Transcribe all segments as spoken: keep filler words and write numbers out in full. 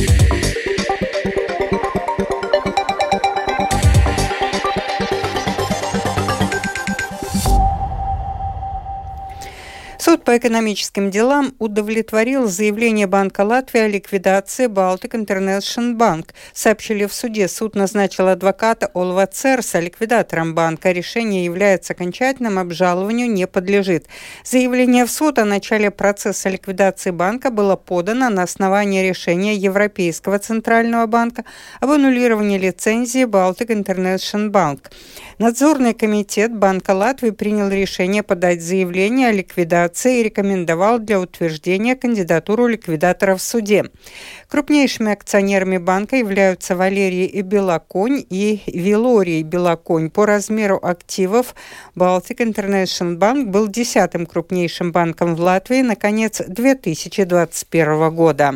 Суд по экономическим делам удовлетворил заявление Банка Латвии о ликвидации Baltic International Bank. Сообщили в суде. Суд назначил адвоката Олва Церса ликвидатором банка. Решение является окончательным, обжалованию не подлежит. Заявление в суд о начале процесса ликвидации банка было подано на основании решения Европейского центрального банка об аннулировании лицензии Baltic International Bank. Надзорный комитет Банка Латвии принял решение подать заявление о ликвидации и рекомендовал для утверждения кандидатуру ликвидатора в суде. Крупнейшими акционерами банка являются Валерий и Белоконь и Вилорий Белоконь. По размеру активов Baltic International Bank был десятым крупнейшим банком в Латвии на конец две тысячи двадцать первого года.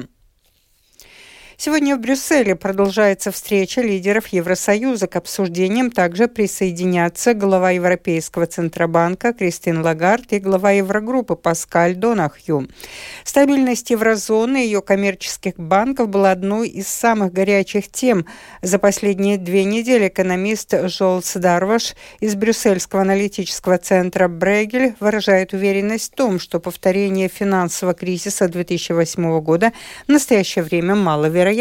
Сегодня в Брюсселе продолжается встреча лидеров Евросоюза. К обсуждениям также присоединятся глава Европейского Центробанка Кристин Лагард и глава Еврогруппы Паскаль Донахью. Стабильность еврозоны и ее коммерческих банков была одной из самых горячих тем. За последние две недели экономист Жолс Дарваш из брюссельского аналитического центра Брегель выражает уверенность в том, что повторение финансового кризиса две тысячи восьмого года в настоящее время маловероятно.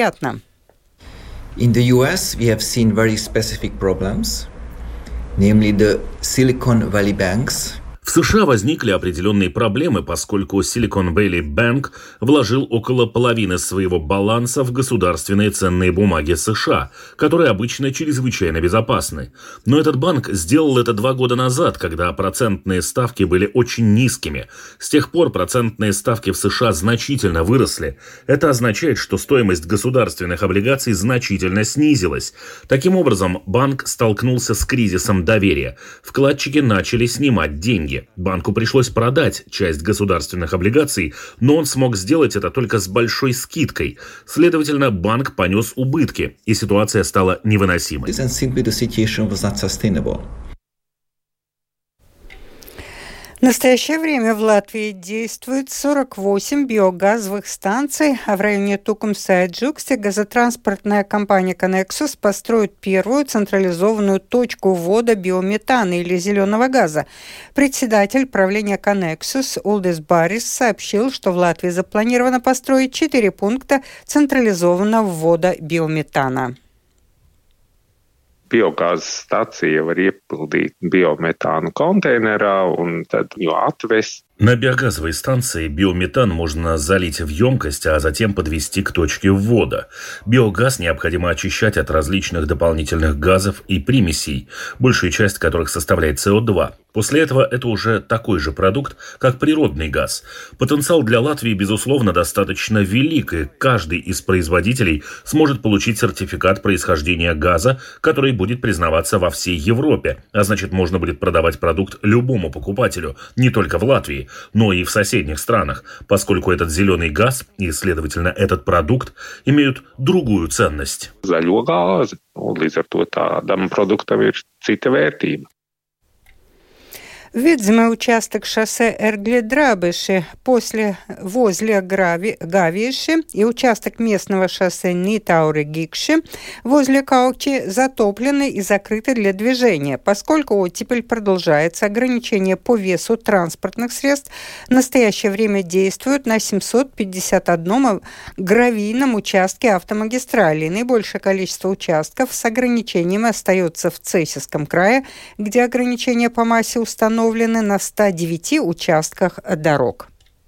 In the U S, we have seen very specific problems, namely the Silicon Valley banks. В США возникли определенные проблемы, поскольку Silicon Valley Bank вложил около половины своего баланса в государственные ценные бумаги США, которые обычно чрезвычайно безопасны. Но этот банк сделал это два года назад, когда процентные ставки были очень низкими. С тех пор процентные ставки в США значительно выросли. Это означает, что стоимость государственных облигаций значительно снизилась. Таким образом, банк столкнулся с кризисом доверия. Вкладчики начали снимать деньги. Банку пришлось продать часть государственных облигаций, но он смог сделать это только с большой скидкой. Следовательно, банк понес убытки, и ситуация стала невыносимой. В настоящее время в Латвии действует сорок восемь биогазовых станций, а в районе Тукумса и Джуксте газотранспортная компания «Коннексус» построит первую централизованную точку ввода биометана или зеленого газа. Председатель правления «Коннексус» Улдис Барис сообщил, что в Латвии запланировано построить четыре пункта централизованного ввода биометана. Biogāzes stacija var iepildīt biometānu konteinerā un tad viņu atvest. На биогазовой станции биометан можно залить в емкость, а затем подвести к точке ввода. Биогаз необходимо очищать от различных дополнительных газов и примесей, большая часть которых составляет си о два. После этого это уже такой же продукт, как природный газ. Потенциал для Латвии, безусловно, достаточно велик, и каждый из производителей сможет получить сертификат происхождения газа, который будет признаваться во всей Европе. А значит, можно будет продавать продукт любому покупателю, не только в Латвии, но и в соседних странах, поскольку этот зеленый газ и, следовательно, этот продукт имеют другую ценность. Zaļo gāzi, un līdz ar to tādam produktam ir cita vērtība. Видимый участок шоссе Эргли-Драбыши после, возле Грави, Гавиши и участок местного шоссе Нитаури-Гикши возле Каукчи затоплены и закрыты для движения. Поскольку оттепель продолжается, ограничения по весу транспортных средств в настоящее время действуют на семьсот пятьдесят одном гравийном участке автомагистрали. Наибольшее количество участков с ограничением остается в Цесийском крае, где ограничения по массе установлены на ста девяти участках дорог.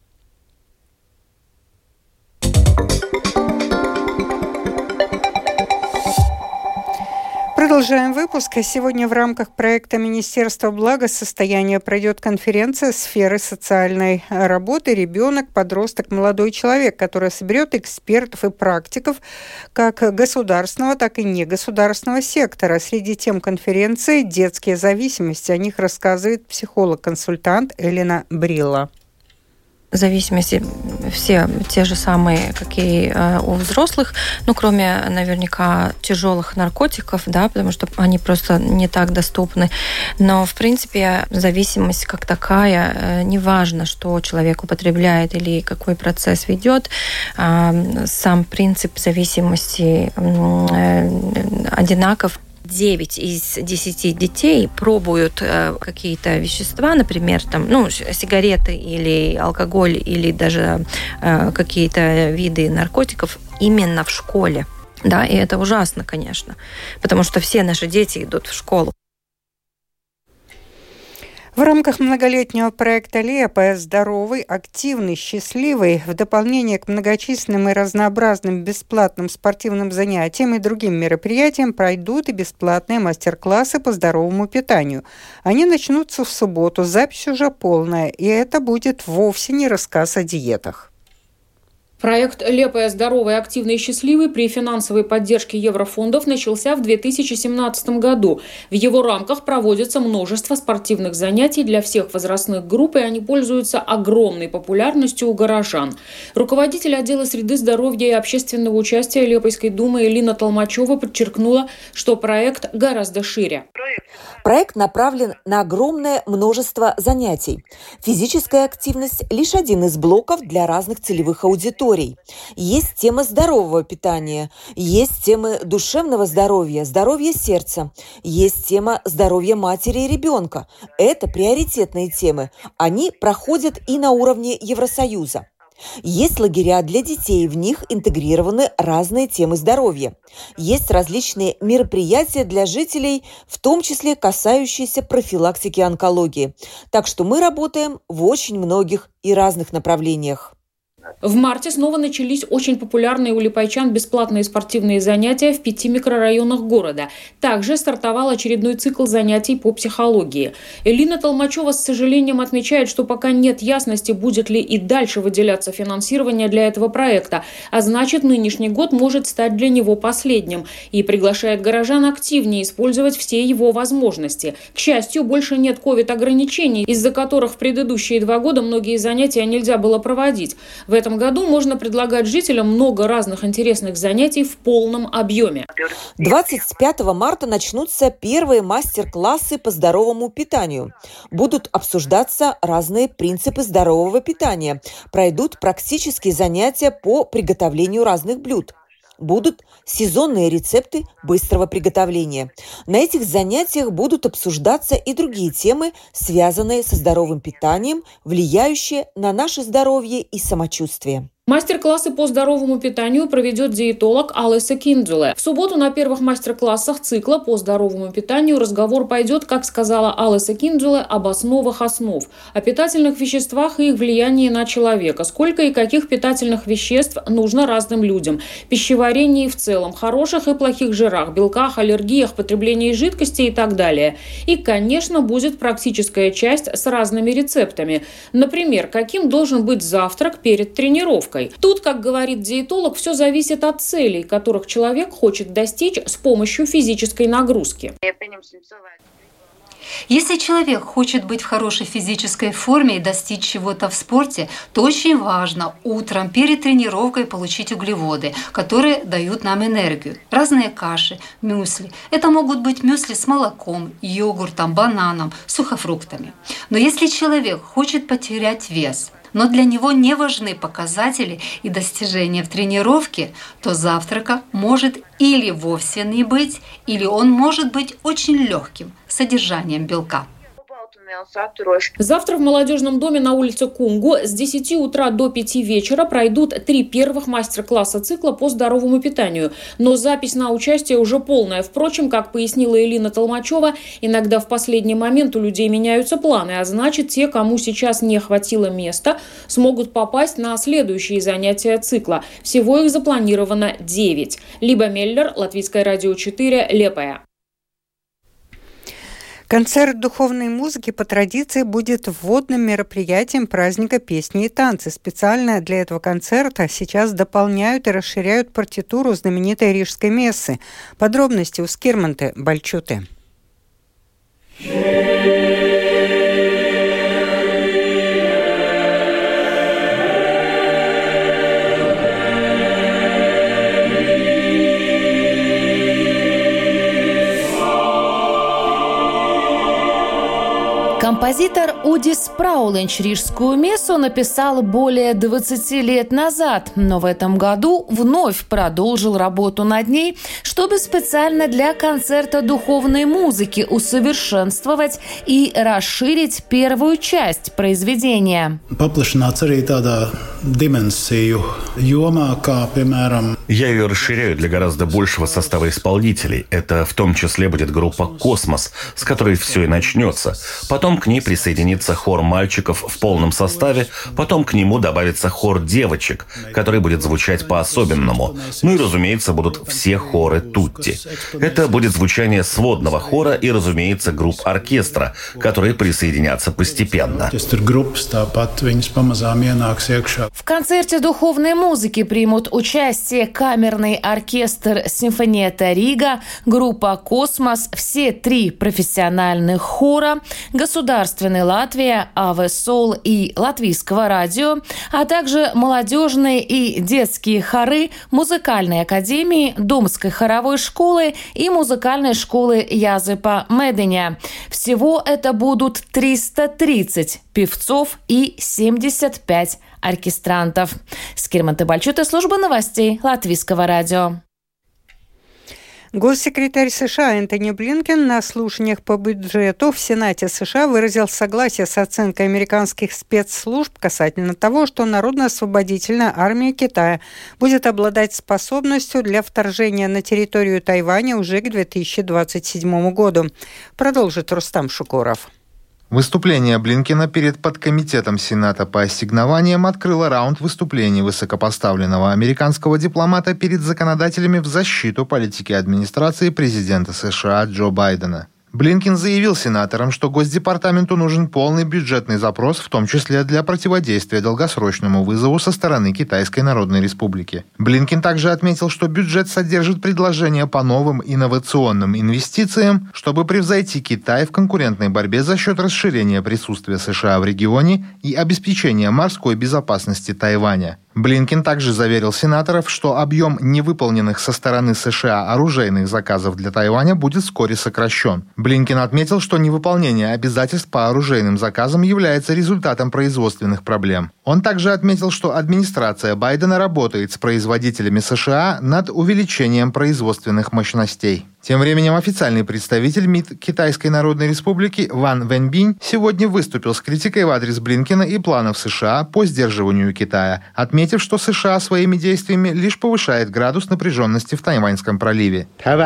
Продолжаем выпуск. Сегодня в рамках проекта Министерства благосостояния пройдет конференция сферы социальной работы «Ребенок, подросток, молодой человек», которая соберет экспертов и практиков как государственного, так и негосударственного сектора. Среди тем конференции «Детские зависимости». О них рассказывает психолог-консультант Элина Брилла. Зависимости все те же самые, какие э, у взрослых, ну, кроме наверняка тяжелых наркотиков, да, потому что они просто не так доступны. Но, в принципе, зависимость как такая, э, неважно, что человек употребляет или какой процесс ведет, э, сам принцип зависимости э, одинаков. девять из десяти детей пробуют э, какие-то вещества, например, там, ну, сигареты или алкоголь, или даже э, какие-то виды наркотиков именно в школе. Да, и это ужасно, конечно, потому что все наши дети идут в школу. В рамках многолетнего проекта «Лепая» «Здоровый, активный, счастливый» в дополнение к многочисленным и разнообразным бесплатным спортивным занятиям и другим мероприятиям пройдут и бесплатные мастер-классы по здоровому питанию. Они начнутся в субботу, запись уже полная, и это будет вовсе не рассказ о диетах. Проект «Лепая, здоровый, активный и счастливый» при финансовой поддержке еврофондов начался в две тысячи семнадцатом году. В его рамках проводится множество спортивных занятий для всех возрастных групп, и они пользуются огромной популярностью у горожан. Руководитель отдела среды, здоровья и общественного участия Лепойской думы Элина Толмачева подчеркнула, что проект гораздо шире. Проект направлен на огромное множество занятий. Физическая активность – лишь один из блоков для разных целевых аудиторий. Есть тема здорового питания, есть темы душевного здоровья, здоровья сердца, есть тема здоровья матери и ребенка. Это приоритетные темы. Они проходят и на уровне Евросоюза. Есть лагеря для детей, в них интегрированы разные темы здоровья. Есть различные мероприятия для жителей, в том числе касающиеся профилактики онкологии. Так что мы работаем в очень многих и разных направлениях. В марте снова начались очень популярные у липайчан бесплатные спортивные занятия в пяти микрорайонах города. Также стартовал очередной цикл занятий по психологии. Элина Толмачева с сожалением отмечает, что пока нет ясности, будет ли и дальше выделяться финансирование для этого проекта, а значит, нынешний год может стать для него последним, и приглашает горожан активнее использовать все его возможности. К счастью, больше нет ковид-ограничений, из-за которых в предыдущие два года многие занятия нельзя было проводить. В этом году можно предлагать жителям много разных интересных занятий в полном объеме. двадцать пятого марта начнутся первые мастер-классы по здоровому питанию. Будут обсуждаться разные принципы здорового питания. Пройдут практические занятия по приготовлению разных блюд. Будут сезонные рецепты быстрого приготовления. На этих занятиях будут обсуждаться и другие темы, связанные со здоровым питанием, влияющие на наше здоровье и самочувствие. Мастер-классы по здоровому питанию проведет диетолог Алеса Киндзуле. В субботу на первых мастер-классах цикла по здоровому питанию разговор пойдет, как сказала Алеса Киндзуле, об основах основ, о питательных веществах и их влиянии на человека, сколько и каких питательных веществ нужно разным людям, пищеварении в целом, хороших и плохих жирах, белках, аллергиях, потреблении жидкости и так далее. И, конечно, будет практическая часть с разными рецептами. Например, каким должен быть завтрак перед тренировкой. Тут, как говорит диетолог, все зависит от целей, которых человек хочет достичь с помощью физической нагрузки. Если человек хочет быть в хорошей физической форме и достичь чего-то в спорте, то очень важно утром перед тренировкой получить углеводы, которые дают нам энергию. Разные каши, мюсли. Это могут быть мюсли с молоком, йогуртом, бананом, сухофруктами. Но если человек хочет потерять вес, но для него не важны показатели и достижения в тренировке, то завтрака может или вовсе не быть, или он может быть очень легким, с содержанием белка. Завтра в молодежном доме на улице Кунгу с десяти утра до пяти вечера пройдут три первых мастер-класса цикла по здоровому питанию. Но запись на участие уже полная. Впрочем, как пояснила Элина Толмачева, иногда в последний момент у людей меняются планы, а значит, те, кому сейчас не хватило места, смогут попасть на следующие занятия цикла. Всего их запланировано девять. Либа Меллер, Латвийское радио четыре, Лепая. Концерт духовной музыки по традиции будет вводным мероприятием праздника песни и танцы. Специально для этого концерта сейчас дополняют и расширяют партитуру знаменитой рижской мессы. Подробности у Скирманты Бальчуты. Композитор Удис Праулинч рижскую мессу написал более двадцати лет назад, но в этом году вновь продолжил работу над ней, чтобы специально для концерта духовной музыки усовершенствовать и расширить первую часть произведения. Я ее расширяю для гораздо большего состава исполнителей. Это в том числе будет группа «Космос», с которой все и начнется. Потом к ней присоединится хор мальчиков в полном составе, потом к нему добавится хор девочек, который будет звучать по-особенному. Ну и, разумеется, будут все хоры тутти. Это будет звучание сводного хора и, разумеется, групп оркестра, которые присоединятся постепенно. В концерте духовной музыки примут участие камерный оркестр «Симфониета Рига», группа «Космос», все три профессиональных хора, Государственной Латвия, АВ Сол и Латвийского радио, а также молодежные и детские хоры Музыкальной академии, Домской хоровой школы и Музыкальной школы Языпа Меденя. Всего это будут триста тридцать певцов и семьдесят пять оркестрантов. Скирманты Бальчута, служба новостей Латвийского радио. Госсекретарь США Энтони Блинкен на слушаниях по бюджету в Сенате США выразил согласие с оценкой американских спецслужб касательно того, что Народно-освободительная армия Китая будет обладать способностью для вторжения на территорию Тайваня уже к две тысячи двадцать седьмому году. Продолжит Рустам Шукуров. Выступление Блинкена перед подкомитетом Сената по ассигнованиям открыло раунд выступлений высокопоставленного американского дипломата перед законодателями в защиту политики администрации президента США Джо Байдена. Блинкен заявил сенаторам, что Госдепартаменту нужен полный бюджетный запрос, в том числе для противодействия долгосрочному вызову со стороны Китайской Народной Республики. Блинкен также отметил, что бюджет содержит предложения по новым инновационным инвестициям, чтобы превзойти Китай в конкурентной борьбе за счет расширения присутствия США в регионе и обеспечения морской безопасности Тайваня. Блинкен также заверил сенаторов, что объем невыполненных со стороны США оружейных заказов для Тайваня будет вскоре сокращен. Блинкен отметил, что невыполнение обязательств по оружейным заказам является результатом производственных проблем. Он также отметил, что администрация Байдена работает с производителями США над увеличением производственных мощностей. Тем временем официальный представитель МИД Китайской Народной Республики Ван Вэньбинь сегодня выступил с критикой в адрес Блинкена и планов США по сдерживанию Китая, отметив, что США своими действиями лишь повышает градус напряженности в Тайваньском проливе.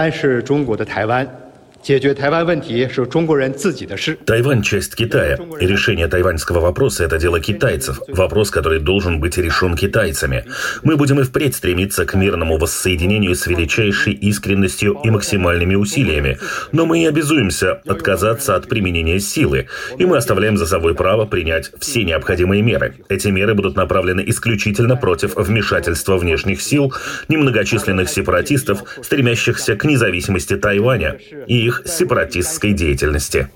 Тайвань – часть Китая. И решение тайваньского вопроса – это дело китайцев. Вопрос, который должен быть решен китайцами. Мы будем и впредь стремиться к мирному воссоединению с величайшей искренностью и максимальными усилиями. Но мы не обязуемся отказаться от применения силы. И мы оставляем за собой право принять все необходимые меры. Эти меры будут направлены исключительно против вмешательства внешних сил, немногочисленных сепаратистов, стремящихся к независимости Тайваня и их сепаратистской деятельности.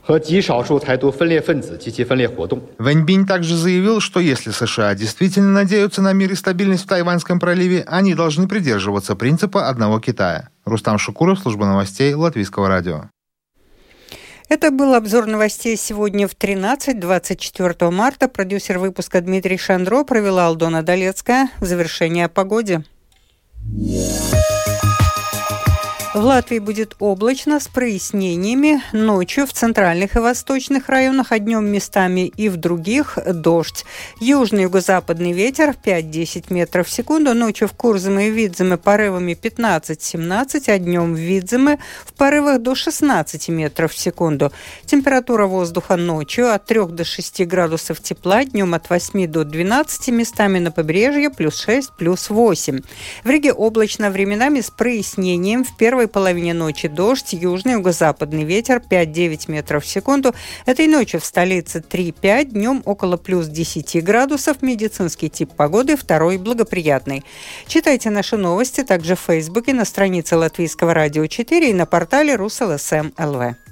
Вэньбинь также заявил, что если США действительно надеются на мир и стабильность в Тайваньском проливе, они должны придерживаться принципа одного Китая. Рустам Шукуров, служба новостей Латвийского радио. Это был обзор новостей сегодня в тринадцать двадцать четвёртого марта. Продюсер выпуска Дмитрий Шандро, провела Алдона Долецкая. В завершение о погоде. В Латвии будет облачно с прояснениями. Ночью в центральных и восточных районах, а днем местами и в других дождь. Южный юго-западный ветер пять-десять метров в секунду. Ночью в Курзаме и Видземе порывами пятнадцать-семнадцать, а днем в Видземе в порывах до шестнадцати метров в секунду. Температура воздуха ночью от трёх до шести градусов тепла, днем от восьми до двенадцати, местами на побережье плюс шесть, плюс восемь. В Риге облачно, временами с прояснением. В первой В первой половине ночи дождь, южный юго-западный ветер пять-девять метров в секунду. Этой ночью в столице три-пять, днем около плюс десяти градусов. Медицинский тип погоды второй благоприятный. Читайте наши новости также в Фейсбуке, на странице Латвийского радио четыре и на портале Рус эл эс эм точка эл ви.